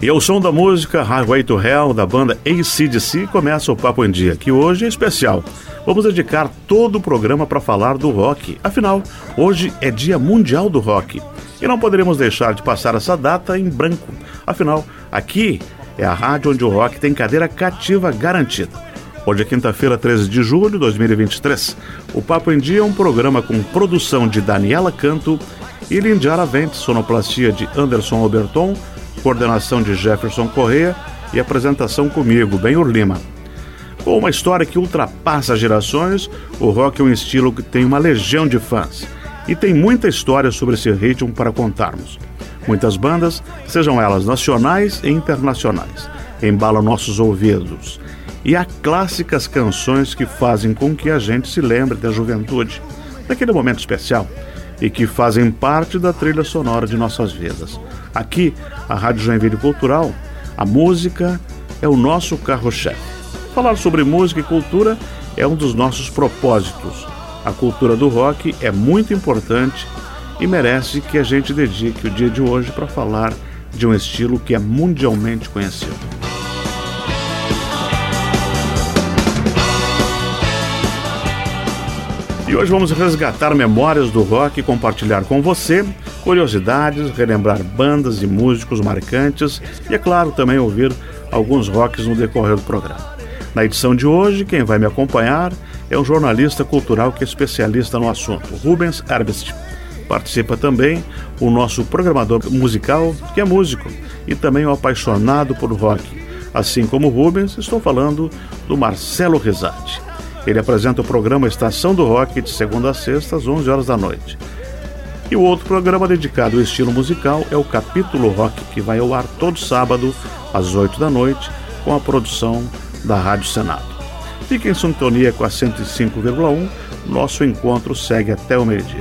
E ao som da música Highway to Hell, da banda AC/DC, começa o Papo em Dia, que hoje é especial. Vamos dedicar todo o programa para falar do rock. Afinal, hoje é Dia Mundial do Rock. E não poderíamos deixar de passar essa data em branco. Afinal, aqui é a rádio onde o rock tem cadeira cativa garantida. Hoje é quinta-feira, 13 de julho de 2023. O Papo em Dia é um programa com produção de Daniela Canto e Lindiara Vente, sonoplastia de Anderson Oberton, coordenação de Jefferson Corrêa e apresentação comigo, Benhur Lima. Com uma história que ultrapassa gerações, o rock é um estilo que tem uma legião de fãs. E tem muita história sobre esse ritmo para contarmos. Muitas bandas, sejam elas nacionais e internacionais, embalam nossos ouvidos. E há clássicas canções que fazem com que a gente se lembre da juventude, daquele momento especial, e que fazem parte da trilha sonora de nossas vidas. Aqui, a Rádio Joinville Cultural, a música é o nosso carro-chefe. Falar sobre música e cultura é um dos nossos propósitos. A cultura do rock é muito importante e merece que a gente dedique o dia de hoje para falar de um estilo que é mundialmente conhecido. E hoje vamos resgatar memórias do rock e compartilhar com você curiosidades, relembrar bandas e músicos marcantes e, é claro, também ouvir alguns rocks no decorrer do programa. Na edição de hoje, quem vai me acompanhar é um jornalista cultural que é especialista no assunto, Rubens Herbst. Participa também o nosso programador musical, que é músico, e também um apaixonado por rock. Assim como Rubens, estou falando do Marcelo Risati. Ele apresenta o programa Estação do Rock de segunda a sexta, às 11 horas da noite. E o outro programa dedicado ao estilo musical é o Capítulo Rock, que vai ao ar todo sábado, às 8 da noite, com a produção da Rádio Senado. Fique em sintonia com a 105,1, nosso encontro segue até o meio-dia.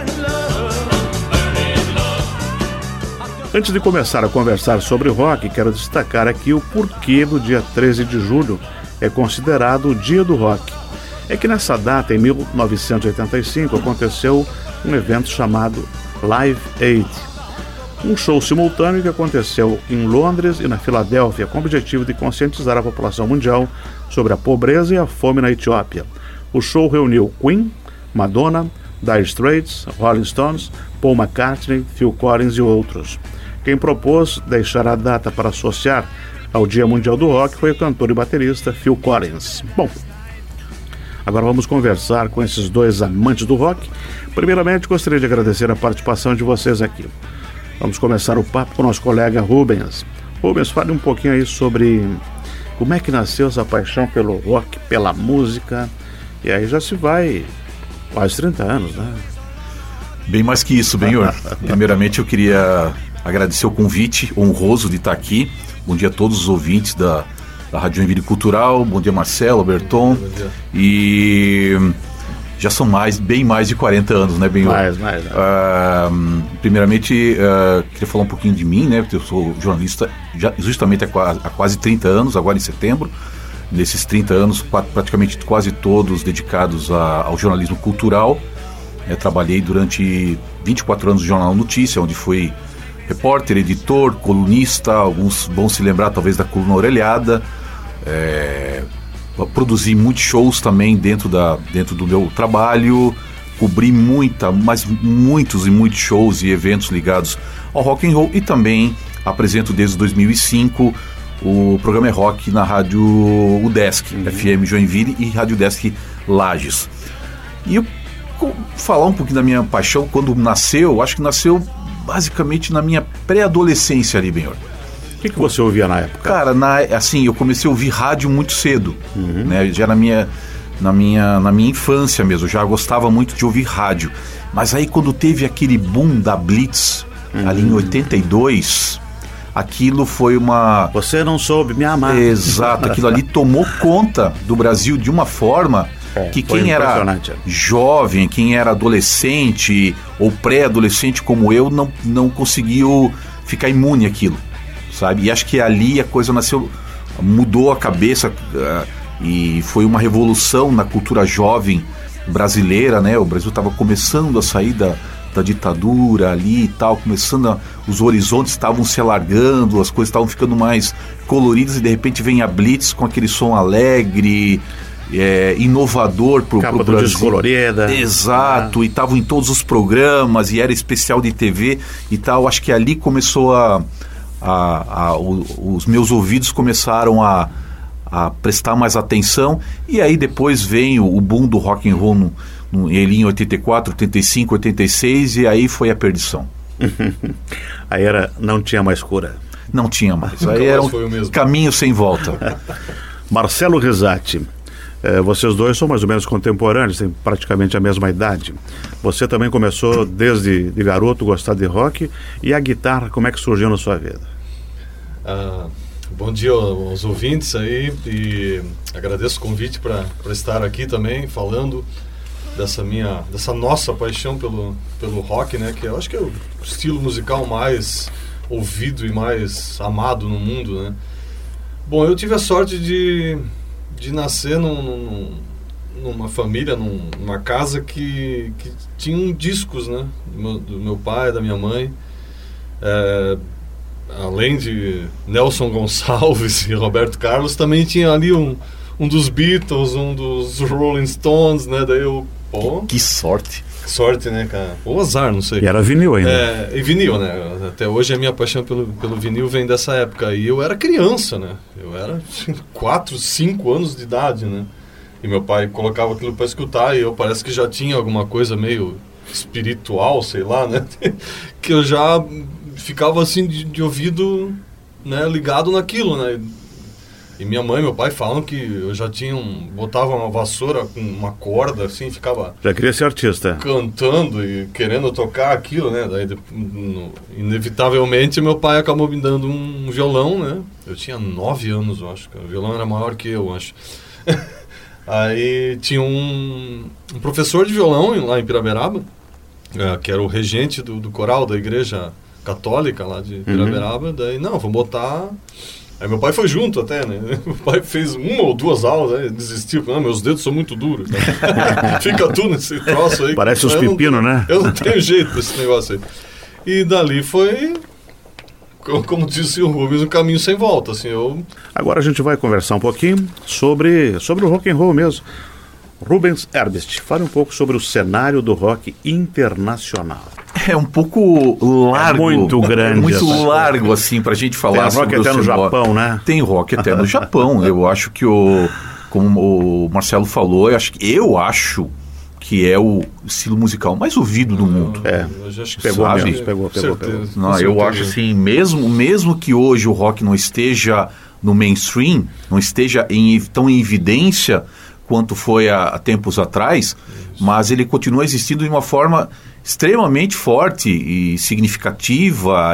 Antes de começar a conversar sobre rock, quero destacar aqui o porquê do dia 13 de julho é considerado o Dia do Rock. É que nessa data, em 1985, aconteceu um evento chamado Live Aid, um show simultâneo que aconteceu em Londres e na Filadélfia, com o objetivo de conscientizar a população mundial sobre a pobreza e a fome na Etiópia. O show reuniu Queen, Madonna, Dire Straits, Rolling Stones, Paul McCartney, Phil Collins e outros. Quem propôs deixar a data para associar ao Dia Mundial do Rock foi o cantor e baterista Phil Collins. Bom, agora vamos conversar com esses dois amantes do rock. Primeiramente, gostaria de agradecer a participação de vocês aqui. Vamos começar o papo com o nosso colega Rubens. Rubens, fale um pouquinho aí sobre como é que nasceu essa paixão pelo rock, pela música. E aí já se vai quase 30 anos, né? Bem mais que isso, Benhur. Primeiramente, eu queria agradecer o convite honroso de estar aqui. Bom dia a todos os ouvintes da Rádio Joinville Cultural. Bom dia, Marcelo, Berton. E já são bem mais de 40 anos, né, Benhur? Mais. Primeiramente, queria falar um pouquinho de mim, né? Porque eu sou jornalista justamente há quase 30 anos, agora em setembro. Nesses 30 anos, praticamente quase todos dedicados ao jornalismo cultural. Trabalhei durante 24 anos no Jornal Notícia, onde fui repórter, editor, colunista. Alguns vão se lembrar talvez da coluna Orelhada. Produzi muitos shows também dentro do meu trabalho. Cobri muitos shows e eventos ligados ao rock and roll. E também apresento desde 2005 o programa Rock na Rádio UDESC, FM Joinville e Rádio UDESC Lages. E eu falar um pouquinho da minha paixão quando nasceu, acho que nasceu basicamente na minha pré-adolescência ali, Benhur. O que você ouvia na época? Cara, eu comecei a ouvir rádio muito cedo, né? Já na minha infância mesmo, eu já gostava muito de ouvir rádio. Mas aí quando teve aquele boom da Blitz, ali em 82, aquilo foi uma... Você não soube me amar. Exato, aquilo ali tomou conta do Brasil de uma forma que quem era jovem, quem era adolescente ou pré-adolescente como eu, não conseguiu ficar imune àquilo, sabe? E acho que ali a coisa mudou a cabeça e foi uma revolução na cultura jovem brasileira, né? O Brasil estava começando a sair da ditadura ali e tal, começando os horizontes estavam se alargando, as coisas estavam ficando mais coloridas, e de repente vem a Blitz com aquele som alegre, inovador pro Brasil. Descolorida. Exato, e estavam em todos os programas, e era especial de TV e tal. Acho que ali começou os meus ouvidos começaram a prestar mais atenção, e aí depois vem o boom do rock and roll ele em 84, 85, 86, e aí foi a perdição. Aí não tinha mais cura. Não tinha mais, aí era um caminho sem volta. Marcelo Rizzati, vocês dois são mais ou menos contemporâneos, têm praticamente a mesma idade. Você também começou desde de garoto a gostar de rock, e a guitarra, como é que surgiu na sua vida? Bom dia aos ouvintes aí, e agradeço o convite para estar aqui também falando dessa nossa paixão pelo rock, né, que eu acho que é o estilo musical mais ouvido e mais amado no mundo, né. Bom, eu tive a sorte de nascer numa família, numa casa que tinha discos, né, do meu pai, da minha mãe, além de Nelson Gonçalves e Roberto Carlos, também tinha ali um dos Beatles, um dos Rolling Stones, né? Daí eu... Que sorte! Sorte, né, cara? Ou azar, não sei. E era vinil ainda. E vinil, né? Até hoje a minha paixão pelo vinil vem dessa época. E eu era criança, né? Eu era 4, 5 anos de idade, né? E meu pai colocava aquilo para escutar, e eu parece que já tinha alguma coisa meio espiritual, sei lá, né? Que eu já... ficava assim de ouvido, né, ligado naquilo, né? E minha mãe e meu pai falam que eu já botava uma vassoura com uma corda, assim, ficava... Já queria ser artista. Cantando e querendo tocar aquilo, né? Daí, inevitavelmente, meu pai acabou me dando um violão, né? Eu tinha 9 anos, eu acho. O violão era maior que eu acho. Aí tinha um professor de violão lá em Piraberaba, que era o regente do coral da igreja católica lá de Piraberaba. Daí, não, vou botar... Aí meu pai foi junto até, né? Meu pai fez 1 ou 2 aulas, né? Desistiu, meus dedos são muito duros. Fica tu nesse troço aí. Parece os pepinos, né? Eu não tenho jeito desse negócio aí. E dali foi, como disse o Rubens, um caminho sem volta, assim. Agora a gente vai conversar um pouquinho sobre o rock and roll mesmo. Rubens Herbst, fale um pouco sobre o cenário do rock internacional. É um pouco largo. É muito grande. Muito largo, assim, pra gente falar sobre o rock até no Japão, né? Tem rock até no Japão. Eu acho que como o Marcelo falou, eu acho que é o estilo musical mais ouvido do mundo. Eu acho que pegou. Não, eu acho assim, mesmo que hoje o rock não esteja no mainstream, não esteja tão em evidência quanto foi há tempos atrás, mas ele continua existindo de uma forma extremamente forte e significativa,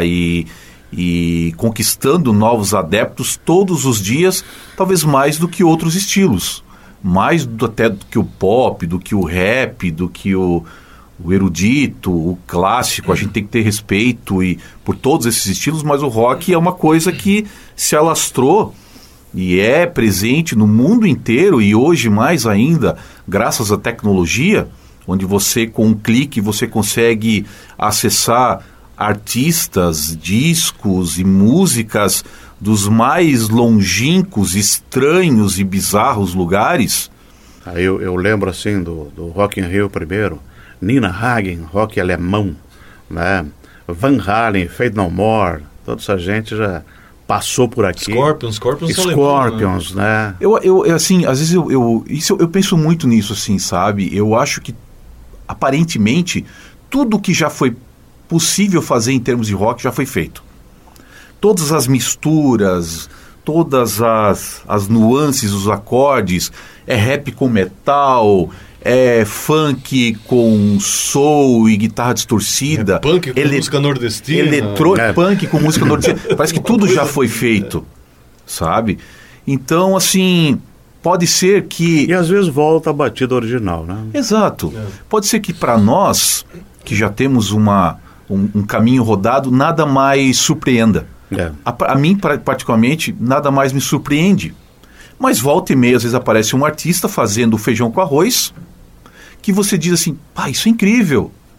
e conquistando novos adeptos todos os dias, talvez mais do que outros estilos, até do que o pop, do que o rap, do que o erudito, o clássico. A gente tem que ter respeito por todos esses estilos, mas o rock é uma coisa que se alastrou e é presente no mundo inteiro, e hoje mais ainda, graças à tecnologia, onde você, com um clique, você consegue acessar artistas, discos e músicas dos mais longínquos, estranhos e bizarros lugares. Eu lembro assim do Rock in Rio primeiro, Nina Hagen, rock alemão, né? Van Halen, Faith No More, toda essa gente já passou por aqui. Scorpions, né? Eu assim, às vezes eu penso muito nisso, assim, sabe? Eu acho que aparentemente tudo que já foi possível fazer em termos de rock já foi feito. Todas as misturas, todas as nuances, os acordes, é rap com metal, é funk com soul e guitarra distorcida, punk com música nordestina, punk com música nordestina. Parece que tudo já foi feito, sabe? Então, assim, pode ser que... E às vezes volta a batida original, né? Exato. Pode ser que para nós, que já temos um caminho rodado, nada mais surpreenda. A mim, particularmente, nada mais me surpreende. Mas volta e meia, às vezes aparece um artista fazendo feijão com arroz, que você diz assim, isso é incrível.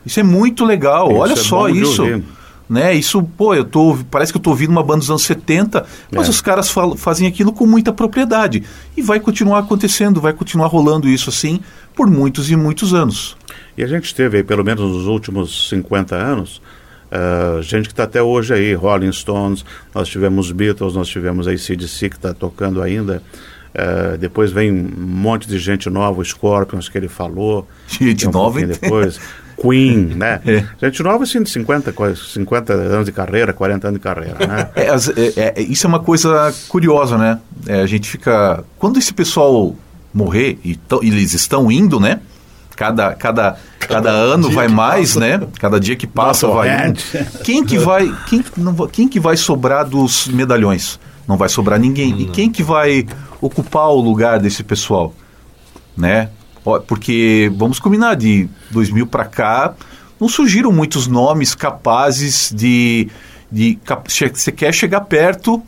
Isso é muito legal, olha só isso. Né? Isso, pô, parece que eu tô ouvindo uma banda dos anos 70, mas os caras fazem aquilo com muita propriedade. E vai continuar acontecendo, vai continuar rolando isso assim por muitos e muitos anos. E a gente teve aí, pelo menos nos últimos 50 anos, gente que está até hoje aí, Rolling Stones, nós tivemos Beatles, nós tivemos a AC/DC que está tocando ainda. Depois vem um monte de gente nova, o Scorpions que ele falou. Gente nova, depois Queen, né? Gente nova, assim, de 50 anos de carreira, 40 anos de carreira, né? Isso é uma coisa curiosa, né? A gente fica... Quando esse pessoal morrer, e eles estão indo, né? Cada ano vai mais, né? Cada dia que passa vai... Quem que vai sobrar dos medalhões? Não vai sobrar ninguém. E quem que vai ocupar o lugar desse pessoal? Né? Porque, vamos combinar, de 2000 para cá, não surgiram muitos nomes capazes de você quer chegar perto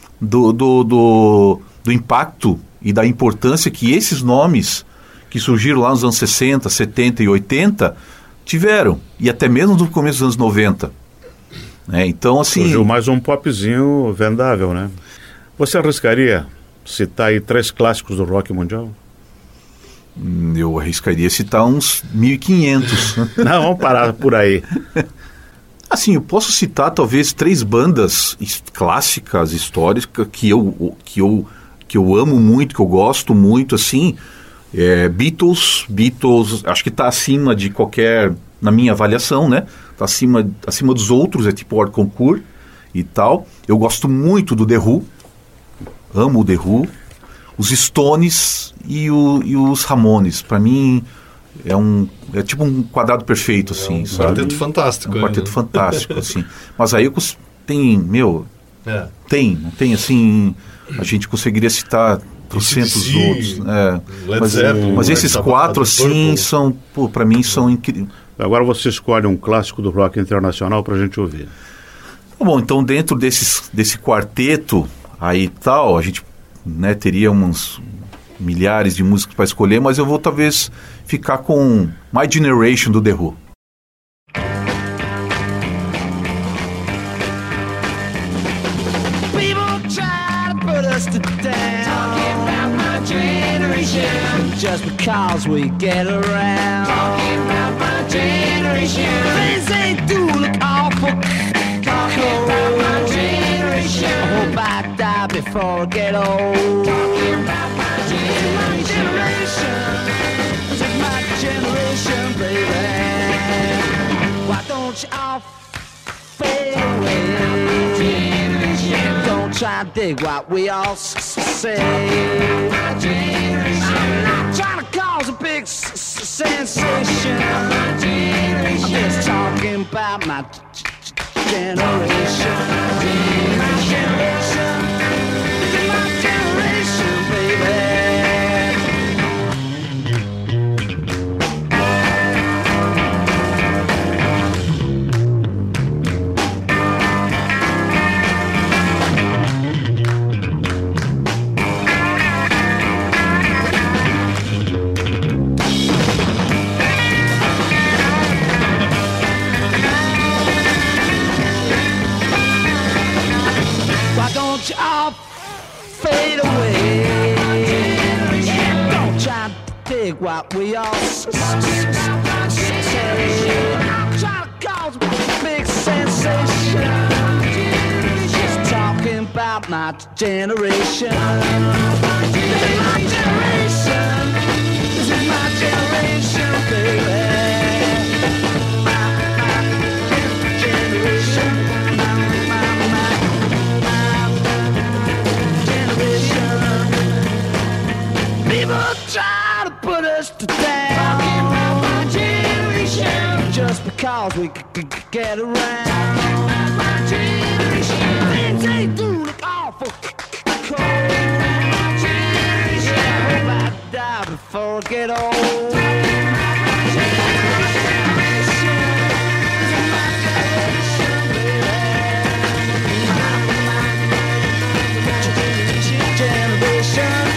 do impacto e da importância que esses nomes que surgiram lá nos anos 60, 70 e 80 tiveram. E até mesmo no começo dos anos 90. Então, assim... Surgiu mais um popzinho vendável, né? Você arriscaria citar aí 3 clássicos do rock mundial? Eu arriscaria citar uns 1.500. Não, vamos parar por aí. Assim, eu posso citar talvez 3 bandas clássicas, históricas, que eu amo muito, que eu gosto muito, assim. Beatles, acho que está acima de qualquer, na minha avaliação, né? Está acima dos outros, é tipo Hors Concours e tal. Eu gosto muito do The Who, amo o The Who. Os Stones e os Ramones, para mim é tipo um quadrado perfeito, assim, sabe? Quarteto fantástico. Um quarteto fantástico, assim. Mas aí não tem assim, a gente conseguiria citar trocentos outros. Mas esses 4, assim, são, para mim, são incríveis. Agora você escolhe um clássico do rock internacional para a gente ouvir. Bom, então dentro desse quarteto aí tal, a gente teria uns milhares de músicas para escolher, mas eu vou talvez ficar com My Generation do The Who. People try to put us to down, talking about my generation, just because we get around, talking about my generation, things they do look awful, talking about my generation, I hope I die before I get old, talking about my generation, this is my generation, baby, why don't you all fade away, don't try to dig what we all say, I'm not trying to cause a big sensation, I'm just talking about my generation, my generation, this is my generation, baby. Don't you all fade away, don't try to dig what we all say, I'm trying to cause a big sensation, just talking about my generation, this is my generation, this is my generation, baby. Try to put us to down, talking about my generation, just because we could get around, my generation, things they do look awful cold, my generation, I hope I die before I get old, my generation, this is my generation, baby, my generation.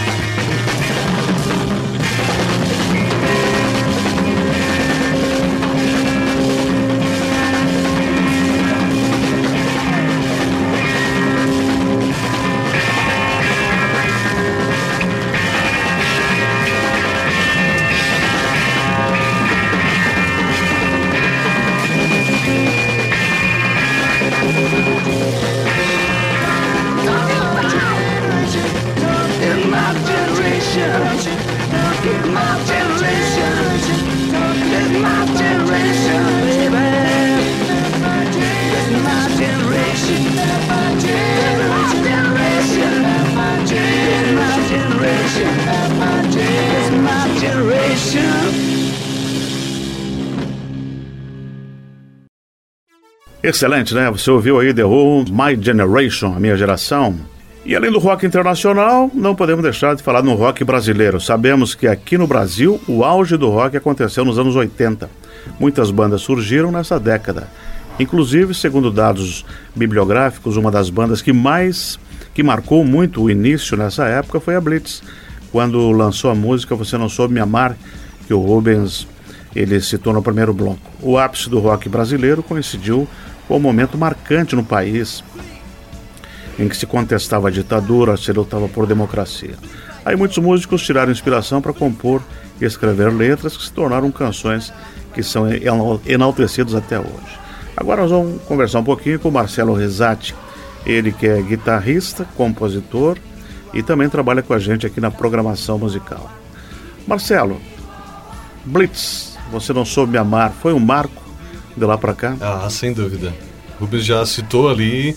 Excelente, né? Você ouviu aí The Who, My Generation, a minha geração. E além do rock internacional, não podemos deixar de falar no rock brasileiro. Sabemos que aqui no Brasil, o auge do rock aconteceu nos anos 80. Muitas bandas surgiram nessa década. Inclusive, segundo dados bibliográficos, uma das bandas que marcou muito o início nessa época foi a Blitz, quando lançou a música Você Não Soube Me Amar, que o Rubens ele citou no primeiro bloco. O ápice do rock brasileiro coincidiu com um momento marcante no país, em que se contestava a ditadura, se lutava por democracia. Aí muitos músicos tiraram inspiração para compor e escrever letras que se tornaram canções que são enaltecidas até hoje. Agora nós vamos conversar um pouquinho com o Marcelo Risati, ele que é guitarrista, compositor e também trabalha com a gente aqui na programação musical. Marcelo, Blitz, Você Não Soube Me Amar, foi um marco de lá para cá? Ah, sem dúvida. O Rubens já citou ali.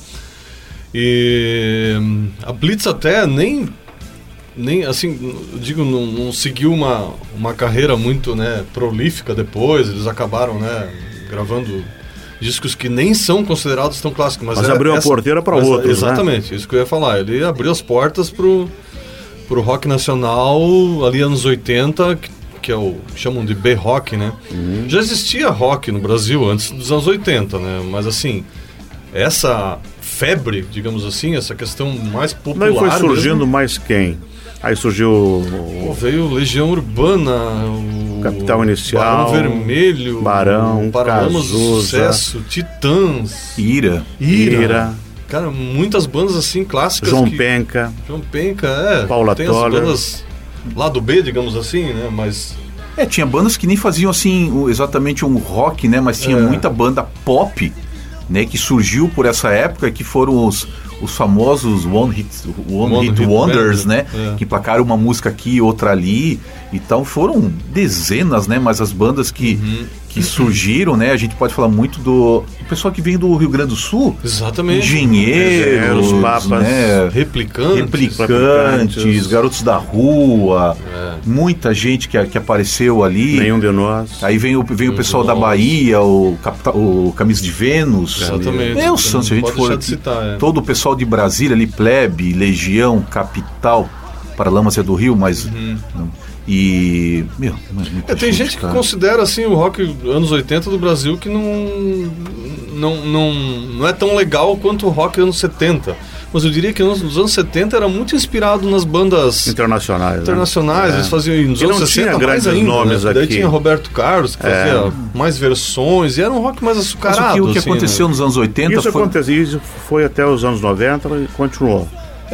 E a Blitz até nem assim, digo, não seguiu uma carreira muito, né, prolífica depois. Eles acabaram, né, gravando discos que nem são considerados tão clássicos. Mas abriu a porteira para outros, exatamente, né? Isso que eu ia falar. Ele abriu as portas pro rock nacional ali anos 80, que é chamam de B-rock, né? Já existia rock no Brasil antes dos anos 80, né? Mas assim, essa febre, digamos assim, essa questão mais popular... Daí foi surgindo mesmo. Mais quem? Aí surgiu... veio Legião Urbana, o Capital Inicial, Barão Vermelho, Barão, Paralamas do Cazuza, Sucesso, Titãs, Ira. Cara, muitas bandas assim clássicas. João Penca, Paula tem Toller. As bandas lá do B, digamos assim, né? Mas... tinha bandas que nem faziam assim exatamente um rock, né? Mas tinha muita banda pop, né? Que surgiu por essa época, que foram os famosos One Hit Wonders, né? Que placaram uma música aqui, outra ali. Então foram dezenas, né? Mas as bandas que surgiram, né? A gente pode falar muito do pessoal que vem do Rio Grande do Sul. Exatamente. Engenheiros, Papas, né? Replicantes, Garotos da Rua, muita gente que apareceu ali. Nenhum de Nós. Aí vem o pessoal da Bahia, o Camisa de Vênus. Exatamente. Se a gente for citar, todo o pessoal de Brasília ali, Plebe, Legião, Capital, Paralamas é do Rio, mas... E... tem gente que considera assim o rock anos 80 do Brasil que não é tão legal quanto o rock anos 70. Mas eu diria que nos anos 70 era muito inspirado nas bandas internacionais, né? Eles faziam nos anos 60 mais ainda, nomes, né? Daí tinha Roberto Carlos, que fazia mais versões, e era um rock mais açucarado. Mas o que aconteceu nos anos 80 isso foi até os anos 90 e continuou.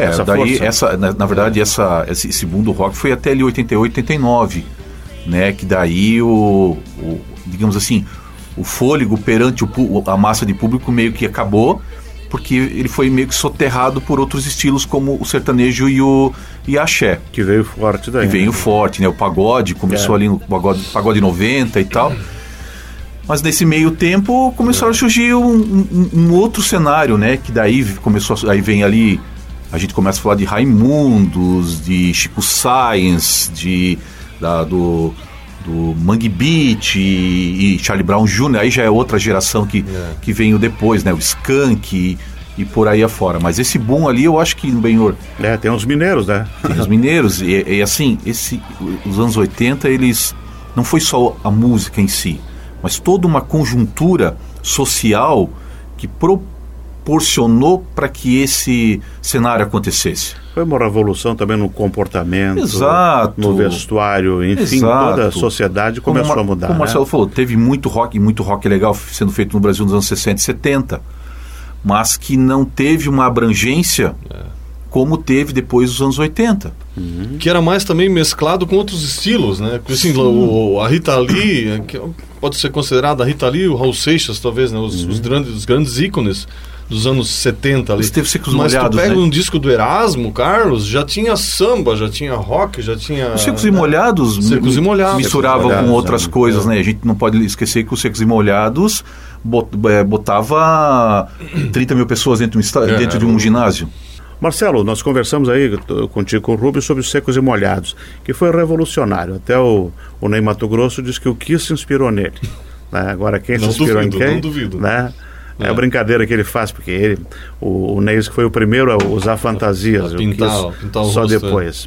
Na verdade, esse boom do rock foi até ali 88, 89, né? Que daí digamos assim, o fôlego perante a massa de público meio que acabou, porque ele foi meio que soterrado por outros estilos como o sertanejo e a axé. Que veio forte daí. Né? O pagode começou ali no pagode 90 e tal. Mas nesse meio tempo começou a surgir um outro cenário, né? Que daí aí vem ali... A gente começa a falar de Raimundos, de Chico Science, do Mangue Beat e Charlie Brown Jr. Aí já é outra geração que veio depois, né? O Skank e por aí afora. Mas esse boom ali, eu acho que no Benhor... tem os mineiros, né? Tem os mineiros. E assim, os anos 80, eles... Não foi só a música em si, mas toda uma conjuntura social que proporcionou para que esse cenário acontecesse. Foi uma revolução também no comportamento, exato, no vestuário, enfim, exato. Toda a sociedade começou a mudar. Como o Marcelo falou, teve muito rock legal sendo feito no Brasil nos anos 60 e 70, mas que não teve uma abrangência como teve depois dos anos 80. Que era mais também mesclado com outros estilos, né? Porque assim, a Rita Lee, que pode ser considerada a Rita Lee, o Raul Seixas, talvez, né? Os grandes ícones dos anos 70 ali. Mas tu pega um disco do Erasmo Carlos, já tinha samba, já tinha rock, já tinha... Os Secos e Molhados misturavam com outras coisas, né? A gente não pode esquecer que os Secos e Molhados botava 30 mil pessoas dentro de um ginásio. Marcelo, nós conversamos aí contigo com o Rubens sobre os Secos e Molhados, que foi revolucionário. Até o Ney Mato Grosso diz que o Kiss se inspirou nele. Né? Agora quem se inspirou em quem? Não duvido. Né? É a brincadeira que ele faz, porque o Neils foi o primeiro a usar fantasias. Pintar o só rosto, depois.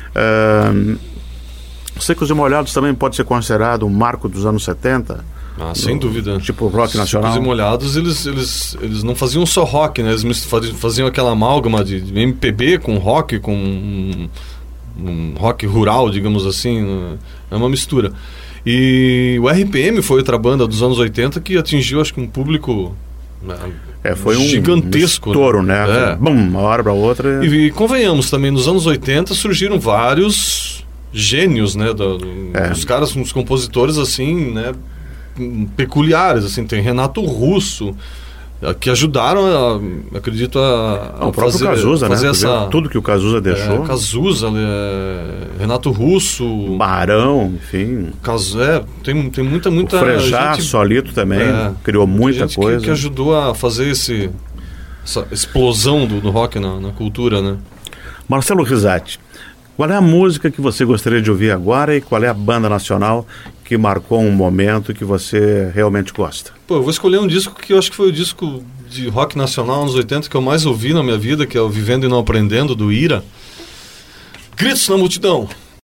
Secos e Molhados também pode ser considerado um marco dos anos 70? Sem dúvida. Tipo rock nacional. Secos e Molhados, eles não faziam só rock, né? Eles faziam aquela amálgama de MPB com rock, com um rock rural, digamos assim. É uma mistura. E o RPM foi outra banda dos anos 80 que atingiu, acho que, um público foi gigantesco. Um estouro, né? Bum, uma hora para outra. E convenhamos também, nos anos 80 surgiram vários gênios, né? Os caras, uns compositores assim, né? Peculiares, assim. Tem Renato Russo, que ajudaram, acredito, o próprio Cazuza, né? Tudo que o Cazuza deixou. Cazuza, Renato Russo, Barão, enfim. Tem muita o Frejá, gente, Solito também, criou muita coisa. Que ajudou a fazer essa explosão do rock na cultura, né? Marcelo Rizzati, qual é a música que você gostaria de ouvir agora e qual é a banda nacional que marcou um momento que você realmente gosta? Eu vou escolher um disco que eu acho que foi o disco de rock nacional anos 80 que eu mais ouvi na minha vida, que é o Vivendo e Não Aprendendo, do Ira. Gritos na Multidão.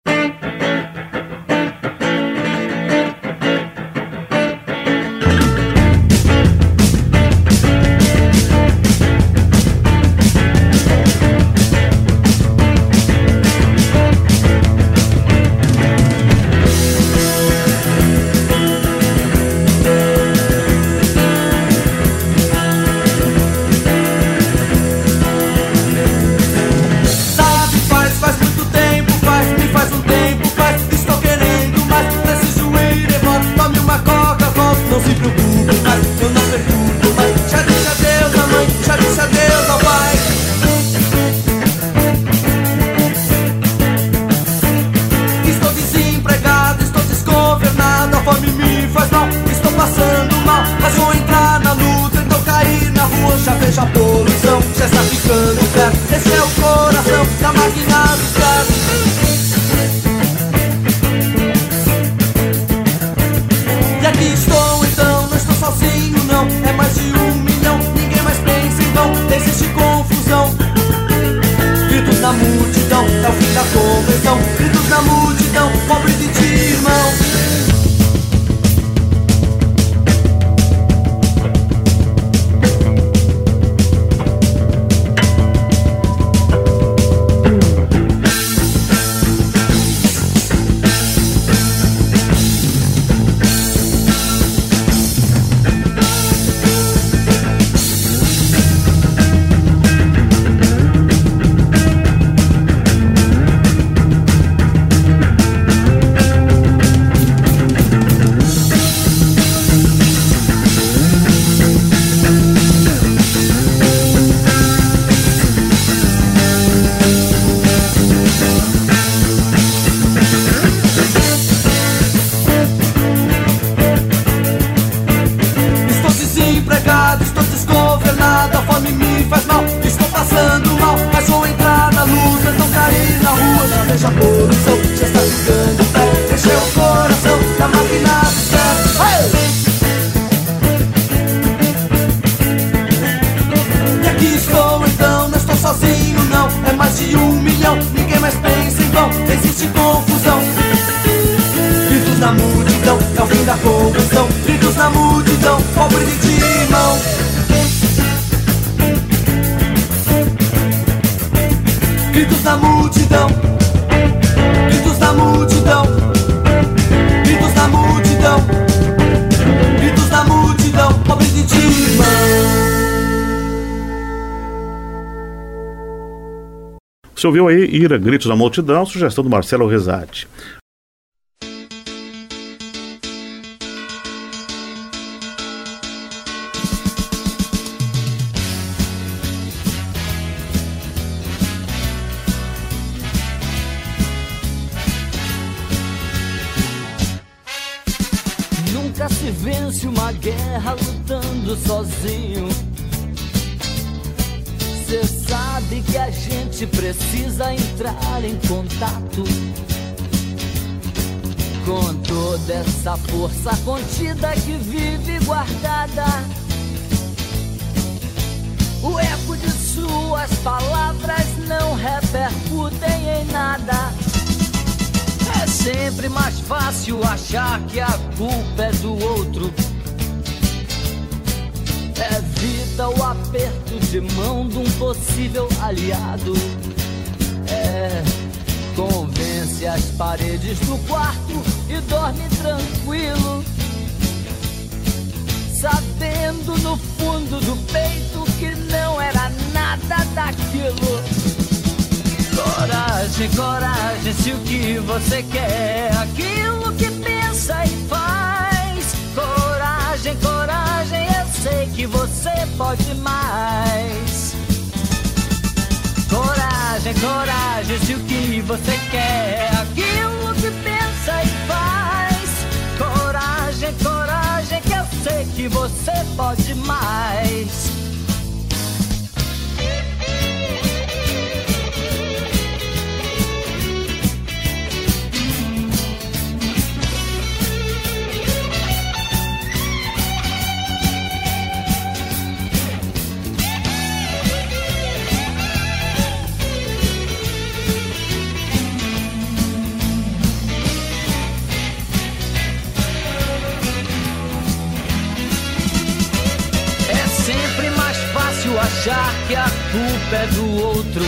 Você ouviu aí Ira, Gritos na Multidão, sugestão do Marcelo Rizzati. Nunca se vence uma guerra lutando sozinho. Cê sabe que a gente precisa entrar em contato com toda essa força contida que vive guardada as palavras não repercutem em nada. É sempre mais fácil achar que a culpa é do outro. Evita o aperto de mão de um possível aliado. Convence as paredes do quarto e dorme tranquilo, sabendo no fundo do peito que não era nada daquilo. Coragem, coragem, se o que você quer é aquilo que pensa e faz. Coragem, coragem, eu sei que você pode mais. Coragem, coragem, se o que você quer é aquilo que pensa e faz. Coragem, coragem, que eu sei que você pode mais. Achar que a culpa é do outro.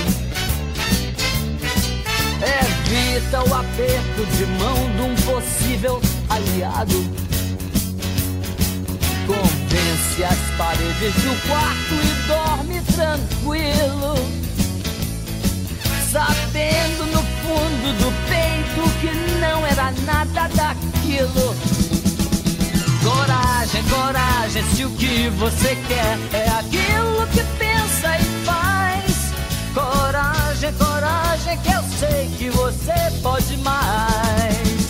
Evita o aperto de mão de um possível aliado. Convence as paredes do quarto e dorme tranquilo, sabendo no fundo do peito que não era nada daquilo. Coragem, coragem, se o que você quer é aquilo que pensa e faz. Coragem, coragem, que eu sei que você pode mais.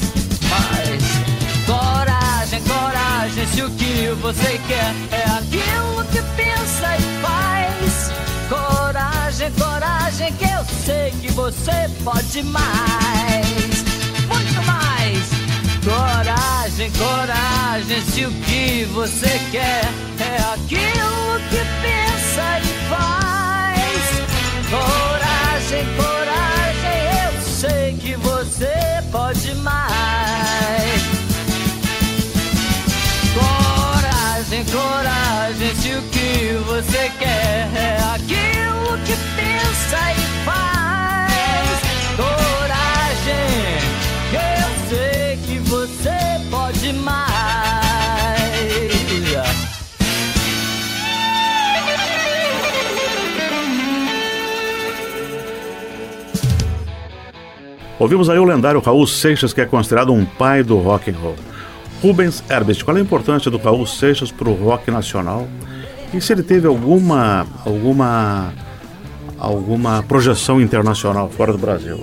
Coragem, coragem, se o que você quer é aquilo que pensa e faz. Coragem, coragem, que eu sei que você pode mais. Muito mais. Coragem, coragem, se o que você quer é aquilo que pensa e faz. Coragem, coragem, eu sei que você pode mais. Coragem, coragem, se o que você quer é aquilo que pensa e faz. Coragem, eu sei que você pode mais. Ouvimos aí o lendário Raul Seixas, que é considerado um pai do rock and roll. Rubens Herbert, qual é a importância do Raul Seixas para o rock nacional? E se ele teve alguma projeção internacional fora do Brasil?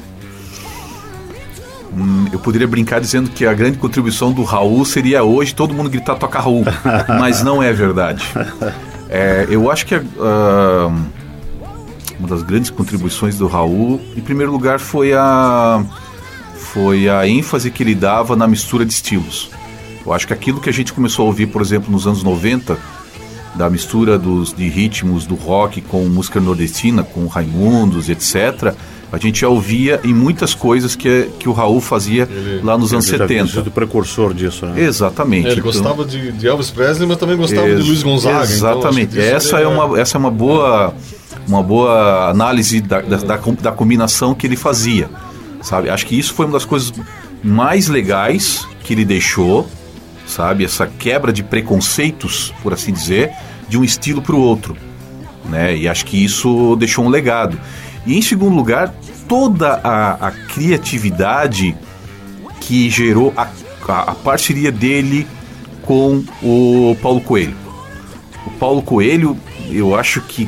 Eu poderia brincar dizendo que a grande contribuição do Raul seria hoje todo mundo gritar toca Raul, mas não é verdade. Eu acho que uma das grandes contribuições do Raul, em primeiro lugar, foi a ênfase que ele dava na mistura de estilos. Eu acho que aquilo que a gente começou a ouvir, por exemplo, nos anos 90, da mistura de ritmos do rock com música nordestina, com Raimundos, etc., a gente já ouvia em muitas coisas que o Raul fazia lá nos anos 70. Ele já o precursor disso, né? Exatamente. Ele gostava de Elvis Presley, mas também gostava de Luiz Gonzaga. Exatamente. Então, essa é uma boa análise da combinação que ele fazia, sabe? Acho que isso foi uma das coisas mais legais que ele deixou, sabe? Essa quebra de preconceitos, por assim dizer, de um estilo para o outro, né? E acho que isso deixou um legado. E em segundo lugar, toda a criatividade que gerou a parceria dele com o Paulo Coelho. O Paulo Coelho, eu acho que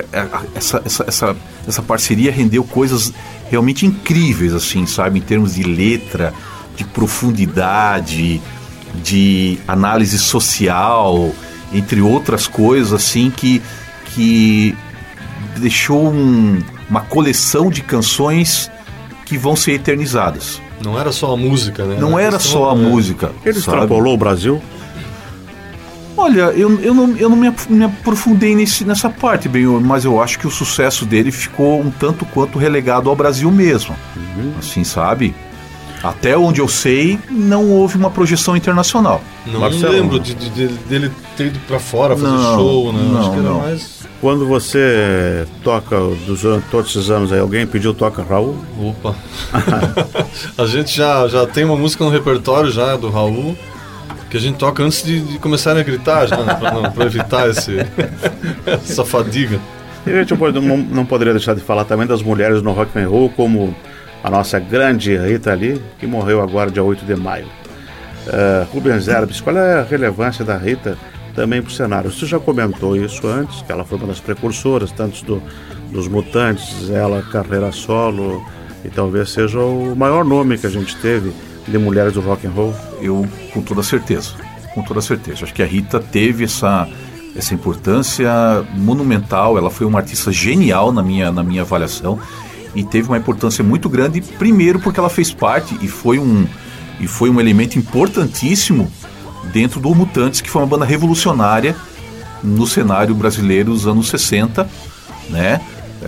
essa parceria rendeu coisas realmente incríveis, assim, sabe? Em termos de letra, de profundidade, de análise social, entre outras coisas, assim, que deixou uma coleção de canções que vão ser eternizadas. Não era só a música, né? Não era só a música. Ele extrapolou o Brasil? Olha, eu não me aprofundei nessa parte, Benhur, mas eu acho que o sucesso dele ficou um tanto quanto relegado ao Brasil mesmo. Assim, sabe? Até onde eu sei, não houve uma projeção internacional. Não lembro dele ter ido pra fora fazer show, né? Acho que era mais... Quando você toca, todos esses anos aí, alguém pediu toca Raul? Opa! A gente já tem uma música no repertório já do Raul, que a gente toca antes de começarem a gritar já, né? Pra evitar essa fadiga. E a gente não poderia deixar de falar também das mulheres no rock and roll, como a nossa grande Rita Lee, que morreu agora dia 8 de maio. Rubens Herbst, qual é a relevância da Rita também para o cenário? Você já comentou isso antes, que ela foi uma das precursoras, tanto dos Mutantes, ela carreira solo, e talvez seja o maior nome que a gente teve de mulheres do rock and roll. Eu, com toda certeza. Acho que a Rita teve essa importância monumental, ela foi uma artista genial na minha avaliação, e teve uma importância muito grande, primeiro porque ela fez parte e foi um elemento importantíssimo dentro do Mutantes, que foi uma banda revolucionária no cenário brasileiro dos anos 60, né?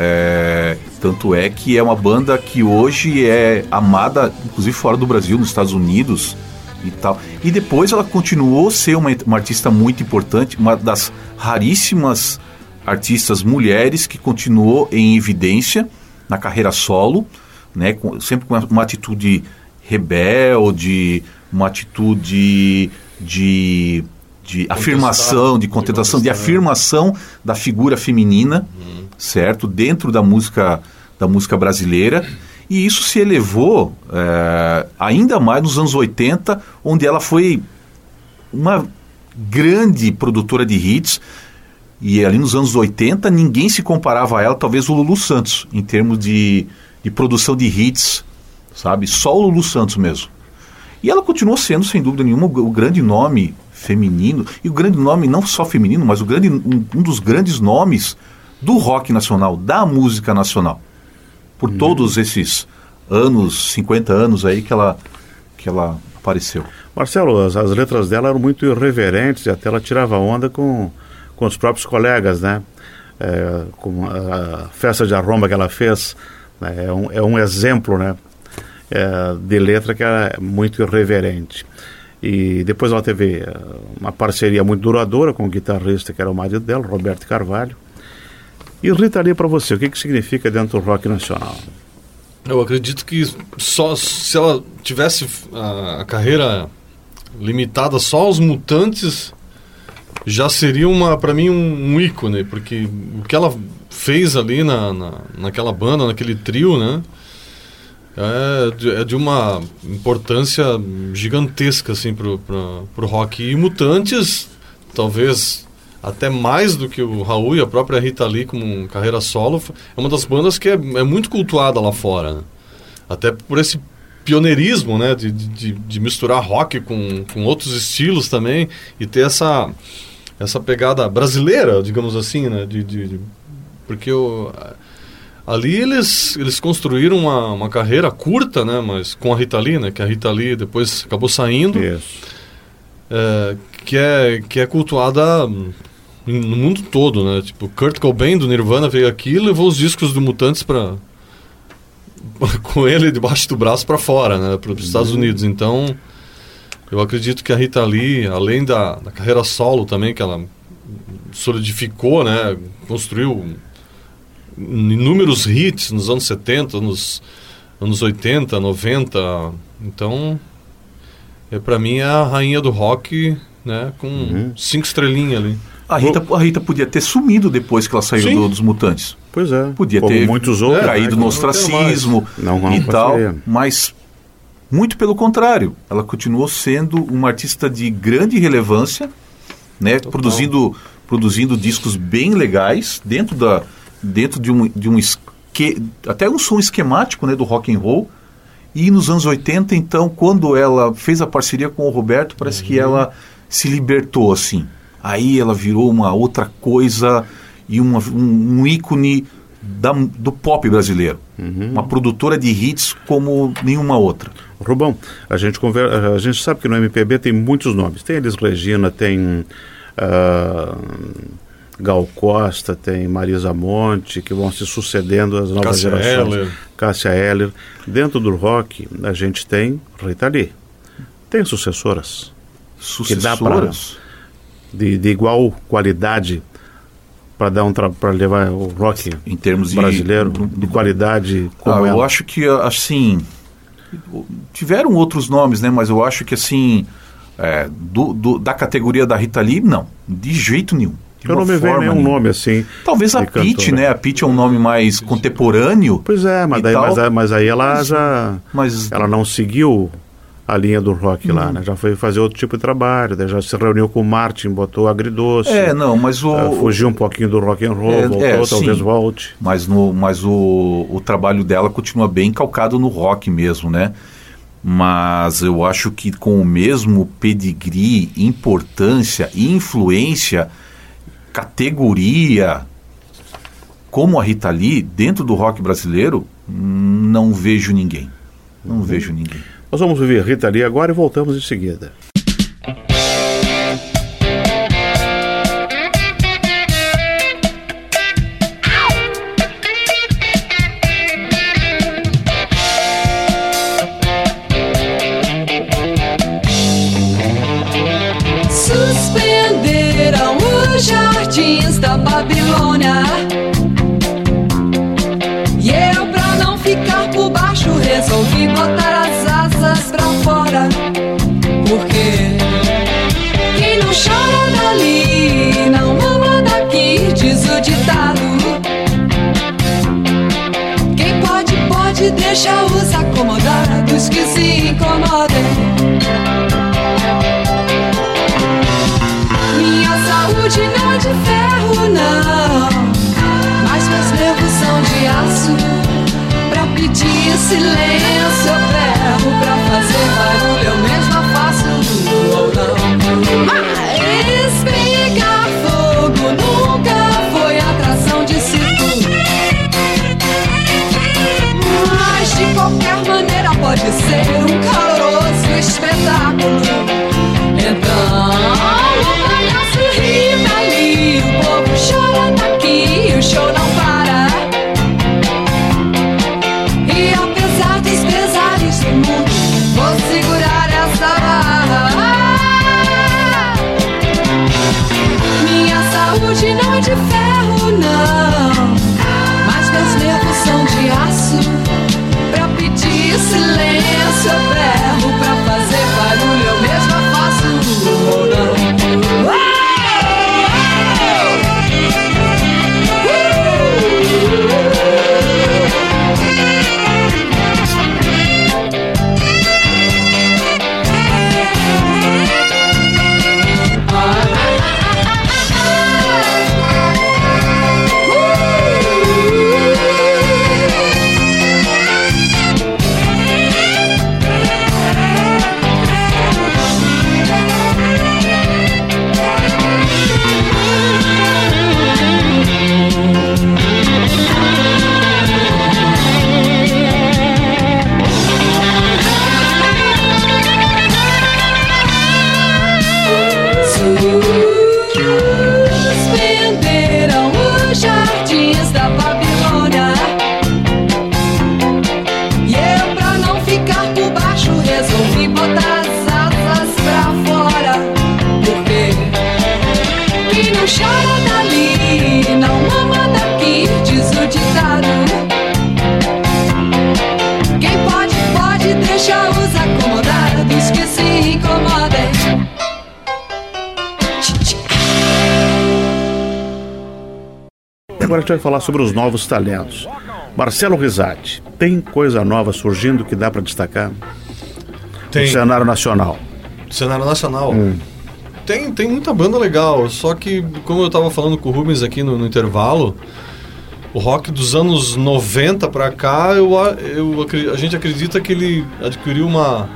Tanto é que é uma banda que hoje é amada, inclusive fora do Brasil, nos Estados Unidos e tal. E depois ela continuou a ser uma artista muito importante, uma das raríssimas artistas mulheres que continuou em evidência na carreira solo, né? Sempre com uma atitude rebelde, uma atitude de afirmação, de contestação, de afirmação da figura feminina, certo? Dentro da música brasileira. E isso se elevou ainda mais nos anos 80, onde ela foi uma grande produtora de hits. E ali nos anos 80 ninguém se comparava a ela, talvez o Lulu Santos, em termos de produção de hits, sabe? Só o Lulu Santos mesmo. E ela continuou sendo, sem dúvida nenhuma, o grande nome feminino, e o grande nome não só feminino, mas um dos grandes nomes do rock nacional, da música nacional. Por todos esses anos, 50 anos aí que ela apareceu. Marcelo, as letras dela eram muito irreverentes e até ela tirava onda com os próprios colegas, né? Como a festa de arromba que ela fez, né? É um exemplo, né? De letra que é muito irreverente. E depois ela teve uma parceria muito duradoura com o guitarrista que era o marido dela, Roberto Carvalho. E Rita Lee, para você, o que significa dentro do rock nacional? Eu acredito que só se ela tivesse a carreira limitada só aos Mutantes, já seria para mim um ícone, porque o que ela fez ali naquela banda, naquele trio, né, é de uma importância gigantesca assim, pro rock. E Mutantes, talvez até mais do que o Raul e a própria Rita Lee como carreira solo, é uma das bandas que é muito cultuada lá fora, né? Até por esse pioneirismo, né, de misturar rock com outros estilos também, e ter essa pegada brasileira, digamos assim, né, porque ali eles construíram uma carreira curta, né, mas com a Rita Lee, né, que a Rita Lee depois acabou saindo, que é cultuada no mundo todo, né, tipo, Kurt Cobain do Nirvana veio aqui e levou os discos do Mutantes com ele debaixo do braço para fora, né, para os Estados Unidos. Então eu acredito que a Rita Lee, além da carreira solo também, que ela solidificou, né, construiu inúmeros hits nos anos 70, nos anos 80, 90. Então, para mim, é a rainha do rock, né, com 5 estrelinhas ali. A Rita podia ter sumido depois que ela saiu dos Mutantes. Pois é. Podia como ter muitos outros, caído no ostracismo e tal, mas muito pelo contrário. Ela continuou sendo uma artista de grande relevância, né, produzindo discos bem legais dentro de um até um som esquemático, né, do rock and roll. E nos anos 80, então, quando ela fez a parceria com o Roberto, parece que ela se libertou, assim. Aí ela virou uma outra coisa e um ícone do pop brasileiro. Uma produtora de hits como nenhuma outra. Rubão, a gente sabe que no MPB tem muitos nomes. Tem Elis Regina, tem Gal Costa, tem Marisa Monte, que vão se sucedendo as novas gerações. Cássia Eller. Dentro do rock, a gente tem Rita Lee. Tem sucessoras. Que dá para de igual qualidade para levar o rock em termos brasileiro de qualidade como eu acho que assim tiveram outros nomes, né, mas eu acho que assim da categoria da Rita Lee, não, de jeito nenhum. Eu não me vejo nenhum nome assim. Talvez a Pitty, né? A Pitty é um nome mais contemporâneo. Pois é, mas aí ela ela não seguiu a linha do rock lá, né? Já foi fazer outro tipo de trabalho, já se reuniu com o Martin, botou Agridoce. Mas fugiu um pouquinho do rock and roll, voltou, talvez volte. Mas o trabalho dela continua bem calcado no rock mesmo, né? Mas eu acho que com o mesmo pedigree, importância, influência, categoria, como a Rita Lee, dentro do rock brasileiro, não vejo ninguém. Não vejo ninguém. Nós vamos ouvir Rita Lee agora e voltamos em seguida. Suspenderam os jardins da Babilônia, e eu, pra não ficar por baixo, resolvi botar as asas pra fora. Porque quem não chora dali não mama daqui, diz o ditado. Quem pode, deixa os acomodados que se incomodem. Minha saúde não é de ferro, não, mas meus nervos são de aço. Pra pedir silêncio eu berro, pra fazer barulho eu mesma faço ou não. Mas pegar fogo nunca foi atração de circo. Mas de qualquer maneira pode ser um caloroso espetáculo. Então o palhaço ri dali, o povo chora daqui, o show não para. E apesar dos pesares do mundo, vou segurar essa barra. Minha saúde não é de ferro, não, mas meus nervos são de aço. Pra pedir silêncio eu berro, pra fazer barulho eu mesma faço ou não. Suspenderam os jardins da Babilônia, e eu, pra não ficar por baixo, resolvi botar as asas pra fora. Porque quem não chora dali não mama daqui, diz o ditado. Quem pode, deixa os acomodados que se incomodem. Agora a gente vai falar sobre os novos talentos. Marcelo Risati, tem coisa nova surgindo que dá para destacar? Tem. No cenário nacional. Cenário nacional. Tem muita banda legal, só que, como eu estava falando com o Rubens aqui no intervalo, o rock dos anos 90 para cá, a gente acredita que ele adquiriu uma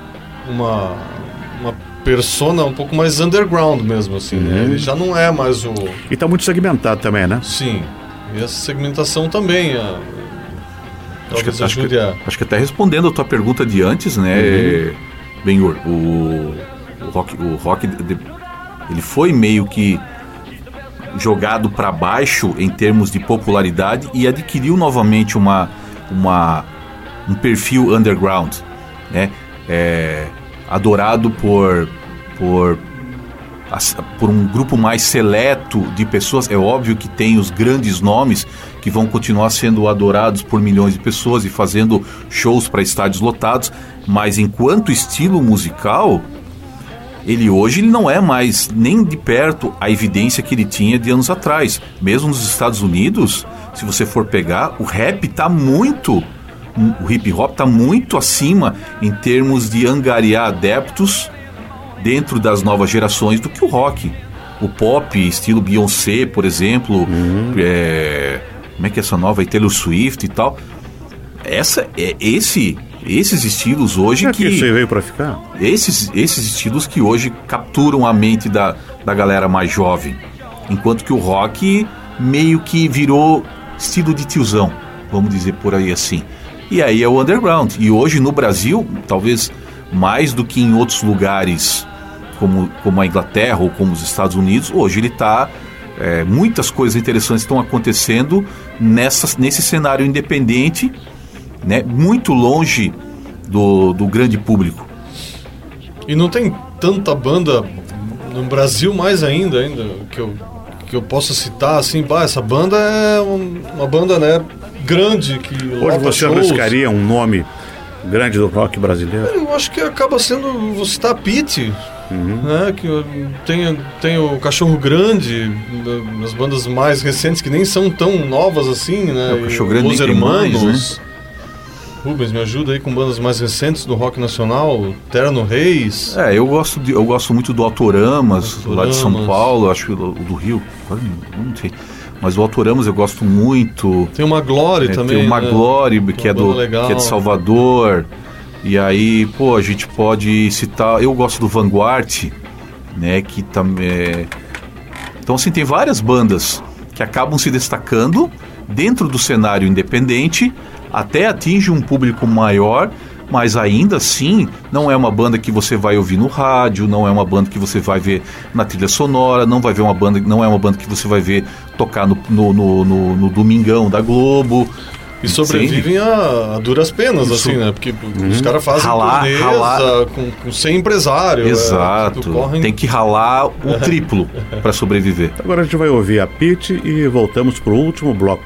persona um pouco mais underground mesmo, assim, né? Ele já não é mais o... E está muito segmentado também, né? Sim, e essa segmentação também acho que até respondendo a tua pergunta de antes, né, Benhur, o rock Ele foi meio que jogado para baixo em termos de popularidade e adquiriu novamente um perfil underground, né? Adorado por um grupo mais seleto de pessoas. É óbvio que tem os grandes nomes que vão continuar sendo adorados por milhões de pessoas e fazendo shows para estádios lotados, mas enquanto estilo musical, ele hoje não é mais nem de perto a evidência que ele tinha de anos atrás. Mesmo nos Estados Unidos, se você for pegar, o hip hop está muito acima em termos de angariar adeptos dentro das novas gerações do que o rock. O pop, estilo Beyoncé, por exemplo, como é que é essa nova aí, Taylor Swift e tal. Esses estilos hoje que isso veio para ficar? Esses estilos que hoje capturam a mente da galera mais jovem. Enquanto que o rock meio que virou estilo de tiozão, vamos dizer por aí assim. E aí é o underground. E hoje no Brasil, talvez mais do que em outros lugares como a Inglaterra ou como os Estados Unidos, hoje ele está... muitas coisas interessantes estão acontecendo nesse cenário independente, né, muito longe do grande público. E não tem tanta banda no Brasil mais ainda que eu possa citar assim, essa banda é uma banda, né, grande que hoje você arriscaria um nome grande do rock brasileiro? Eu acho que acaba sendo, vou citar Pete, né, que tem o Cachorro Grande, nas bandas mais recentes que nem são tão novas assim, né? O Cachorro Grande Os tem Hermanos, mais, né? Rubens, me ajuda aí com bandas mais recentes do rock nacional, Terno Reis. Eu gosto muito do Autoramas, lá de São Paulo, acho que o do Rio, não sei. Mas o Autoramas eu gosto muito. Tem uma Glória também. Tem uma Glória, que é de Salvador. E aí, a gente pode citar... Eu gosto do Vanguard, né, que também... Então, assim, tem várias bandas que acabam se destacando dentro do cenário independente, até atinge um público maior, mas ainda assim não é uma banda que você vai ouvir no rádio, não é uma banda que você vai ver na trilha sonora, não é uma banda que você vai ver tocar no Domingão da Globo. E sobrevivem a duras penas, assim, né? Porque os caras fazem ralar com 100 empresários. Exato. Tem que ralar o triplo para sobreviver. Agora a gente vai ouvir a Pete e voltamos pro último bloco.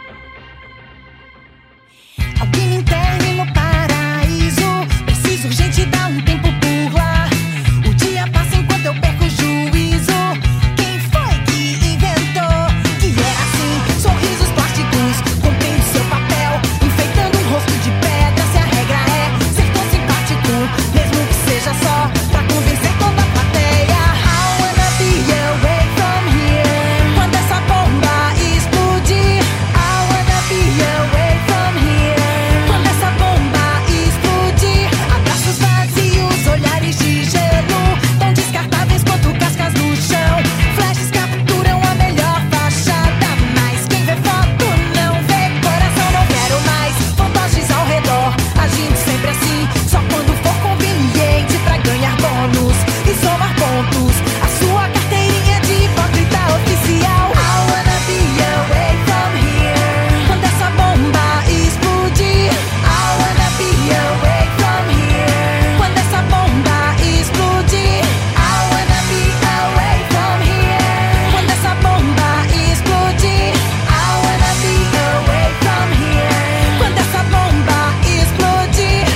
Alguém me interne no paraíso, preciso urgente dar um tempo por lá. O dia passa enquanto eu perco o juízo. Quem foi que inventou que era assim? Sorrisos plásticos, cumprindo seu papel, enfeitando um rosto de pedra. Se a regra é ser tão simpático, mesmo que seja só pra convencer toda a plateia. I wanna be away from here. Quando essa bomba explodir, I wanna be away from here. Quando essa bomba explodir, abraços vazios, olhares de gelo, tão descartáveis quanto cascas no chão. Flashes capturam a melhor fachada, mas quem vê foto não vê coração. Não quero mais fantoches ao redor, agindo sempre assim, só quando for conveniente pra ganhar bônus e somar pontos. A sua carteirinha de hipócrita oficial. I wanna be away from here. Quando essa bomba explodir, I wanna be away from here. Quando essa bomba explodir, I wanna be away from here. Quando essa bomba explodir, I wanna be away from here. Quando essa bomba explodir.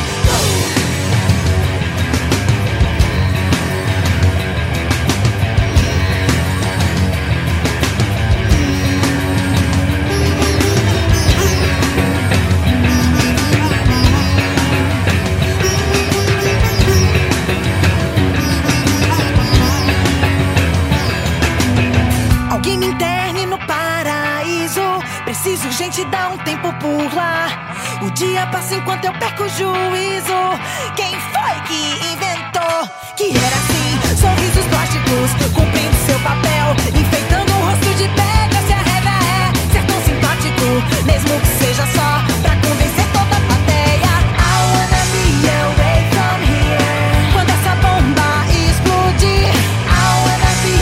Alguém me interne no paraíso, preciso urgente dar um tempo por lá. O dia passa enquanto eu perco o juízo. Quem foi que inventou que era assim? Sorrisos plásticos, cumprindo seu papel, enfeitando um rosto de pedra. Se a regra é ser tão simpático, mesmo que seja só pra convencer toda a plateia. I wanna be away from here. Quando essa bomba explodir, I wanna be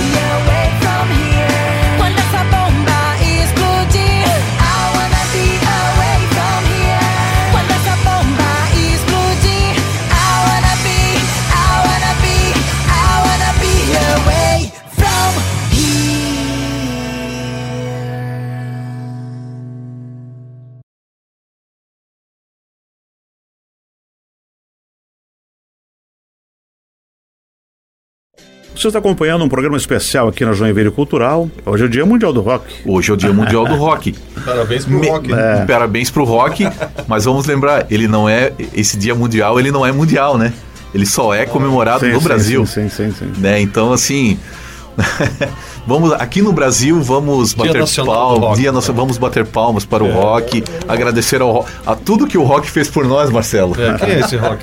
Você está acompanhando um programa especial aqui na Joinville Cultural. Hoje é o Dia Mundial do Rock. Hoje é o Dia Mundial do Rock. Parabéns pro rock. Parabéns pro rock, mas vamos lembrar, esse Dia Mundial, ele não é mundial, né? Ele só é comemorado no Brasil. Sim. Né? Então, assim, aqui no Brasil, vamos bater palmas. Vamos bater palmas para o rock, agradecer a tudo que o rock fez por nós, Marcelo. Quem é esse rock?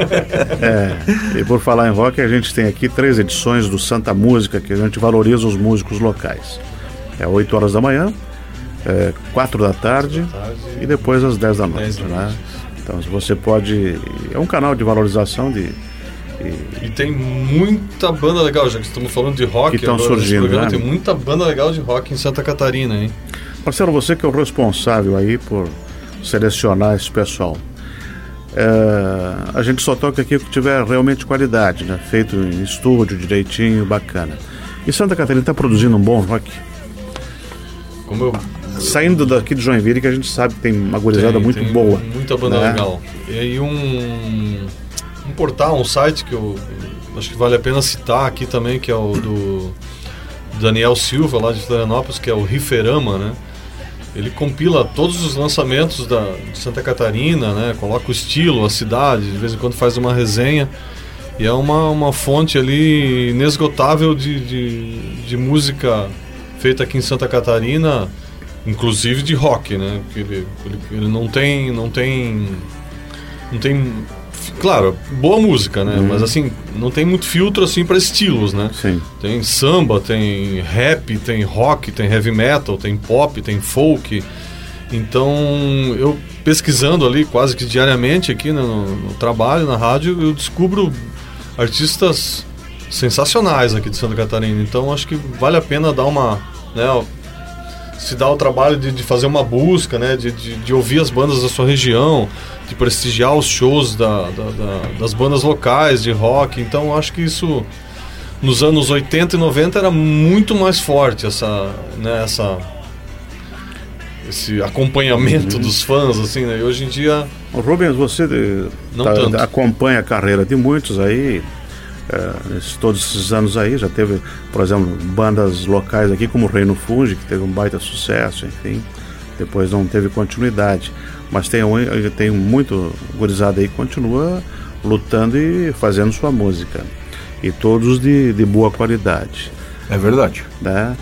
E por falar em rock, a gente tem aqui 3 edições do Santa Música, que a gente valoriza os músicos locais. 8 horas da manhã, 4 da tarde e depois às 10 da noite. Né? Então, se você pode... É um canal de valorização E tem muita banda legal, já que estamos falando de rock. Que estão surgindo, né? Tem muita banda legal de rock em Santa Catarina, hein? Marcelo, você que é o responsável aí por selecionar esse pessoal. A gente só toca aqui o que tiver realmente qualidade, né? Feito em estúdio, direitinho, bacana. E Santa Catarina está produzindo um bom rock? Saindo daqui de Joinville, que a gente sabe que tem uma gurizada muito boa. Muita banda legal. E aí um portal, um site que eu acho que vale a pena citar aqui também, que é o do Daniel Silva, lá de Florianópolis, que é o Riferama, né? Ele compila todos os lançamentos de Santa Catarina, né? Coloca o estilo, a cidade, de vez em quando faz uma resenha. E é uma fonte ali inesgotável de música feita aqui em Santa Catarina, inclusive de rock, né? Ele não tem, claro, boa música, né? Mas assim, não tem muito filtro assim para estilos, né? Sim. Tem samba, tem rap, tem rock, tem heavy metal, tem pop, tem folk. Então, eu pesquisando ali quase que diariamente aqui no trabalho, na rádio, eu descubro artistas sensacionais aqui de Santa Catarina. Então, acho que vale a pena dar se dar o trabalho de fazer uma busca, né? De ouvir as bandas da sua região, de prestigiar os shows das bandas locais de rock. Então acho que isso nos anos 80 e 90 era muito mais forte, esse acompanhamento dos fãs, assim, né? E hoje em dia... Rubens, você acompanha a carreira de muitos aí, todos esses anos aí, já teve, por exemplo, bandas locais aqui como o Reino Fungi, que teve um baita sucesso, enfim, depois não teve continuidade, mas tem muito gurizada aí que continua lutando e fazendo sua música, e todos de boa qualidade. É verdade. Né?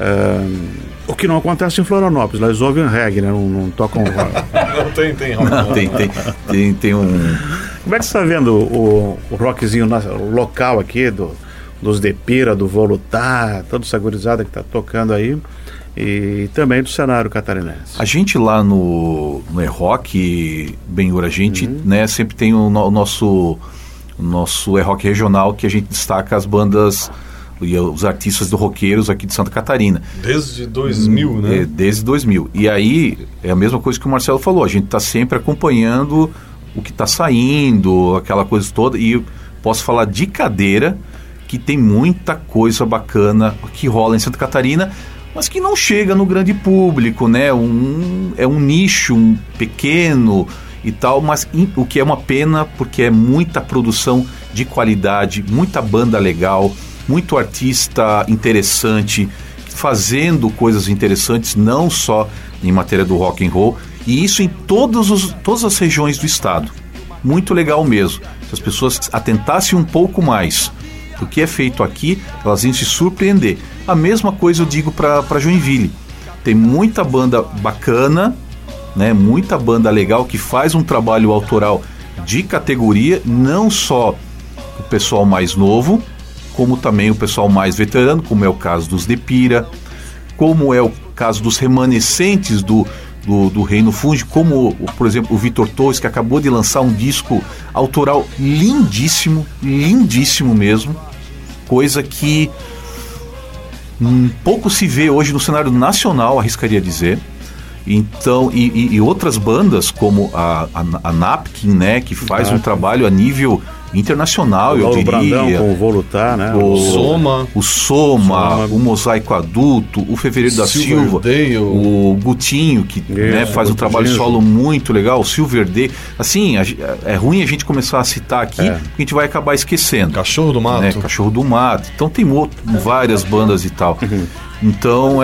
O que não acontece em Florianópolis, lá eles ouvem reggae, né? Não tocam rock. Não tem rock. Tem um... Como é que você está vendo o rockzinho local aqui, dos Depira, do Volutar, toda essa gurizada que está tocando aí, e também do cenário catarinense? A gente lá no E-Rock, Benhur, a gente né, sempre tem o nosso E-Rock regional, que a gente destaca as bandas e os artistas do roqueiros aqui de Santa Catarina. Desde 2000, né? Desde 2000. E aí, é a mesma coisa que o Marcelo falou, a gente está sempre acompanhando o que está saindo, aquela coisa toda, e posso falar de cadeira, que tem muita coisa bacana que rola em Santa Catarina, mas que não chega no grande público, né? É um nicho pequeno e tal, mas o que é uma pena, porque é muita produção de qualidade, muita banda legal, muito artista interessante, fazendo coisas interessantes, não só em matéria do rock and roll, e isso em todas as regiões do estado. Muito legal mesmo. Se as pessoas atentassem um pouco mais do que é feito aqui, elas iam se surpreender. A mesma coisa eu digo para Joinville. Tem muita banda bacana, né? Muita banda legal que faz um trabalho autoral de categoria, não só o pessoal mais novo, como também o pessoal mais veterano, como é o caso dos Depira, como é o caso dos remanescentes do Reino Fungi, como, por exemplo, o Vitor Torres, que acabou de lançar um disco autoral lindíssimo, lindíssimo mesmo, coisa que pouco se vê hoje no cenário nacional, arriscaria dizer. Então, e outras bandas como a Napkin, né, que faz um trabalho a nível internacional, eu Paulo diria. Brandão com o Vou Lutar, né? O Soma, o Mosaico Adulto, o Fevereiro da Silva, o Gutinho, que faz um trabalho solo muito legal, o Silver Day. Assim, é ruim a gente começar a citar aqui, porque a gente vai acabar esquecendo. Cachorro do Mato. Cachorro do Mato. Então tem várias bandas e tal. Então,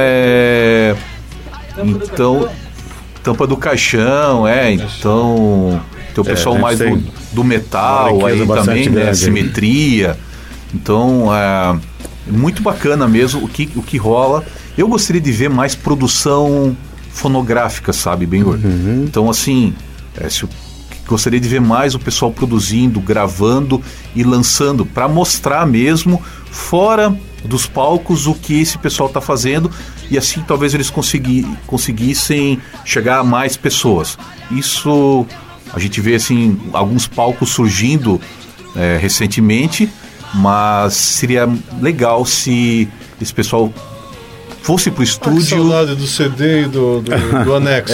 Tampa do Caixão, então... Tem o pessoal mais do metal aí também, né? Simetria. Então, é muito bacana mesmo o que rola. Eu gostaria de ver mais produção fonográfica, sabe, Benhur? Então, assim, gostaria de ver mais o pessoal produzindo, gravando e lançando, para mostrar mesmo, fora dos palcos, o que esse pessoal está fazendo, e assim talvez eles conseguissem chegar a mais pessoas. Isso... A gente vê assim alguns palcos surgindo recentemente, mas seria legal se esse pessoal fosse pro estúdio. Que saudade do CD e do anexo.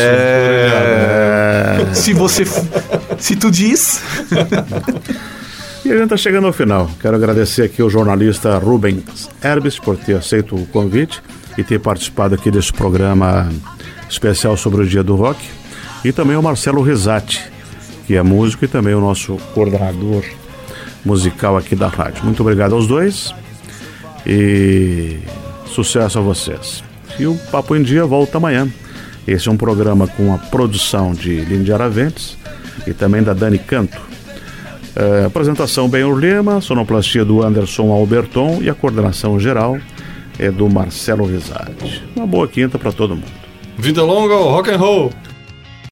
Se tu diz. E a gente está chegando ao final. Quero agradecer aqui ao jornalista Rubens Herbst por ter aceito o convite e ter participado aqui desse programa especial sobre o Dia do Rock. E também ao Marcelo Risati, que é músico e também o nosso coordenador musical aqui da rádio. Muito obrigado aos dois e sucesso a vocês. E o Papo em Dia volta amanhã. Esse é um programa com a produção de Lindy Araventes e também da Dani Canto. Apresentação Benhur Lima, sonoplastia do Anderson Alberton e a coordenação geral é do Marcelo Risati. Uma boa quinta para todo mundo. Vida longa ao rock and roll!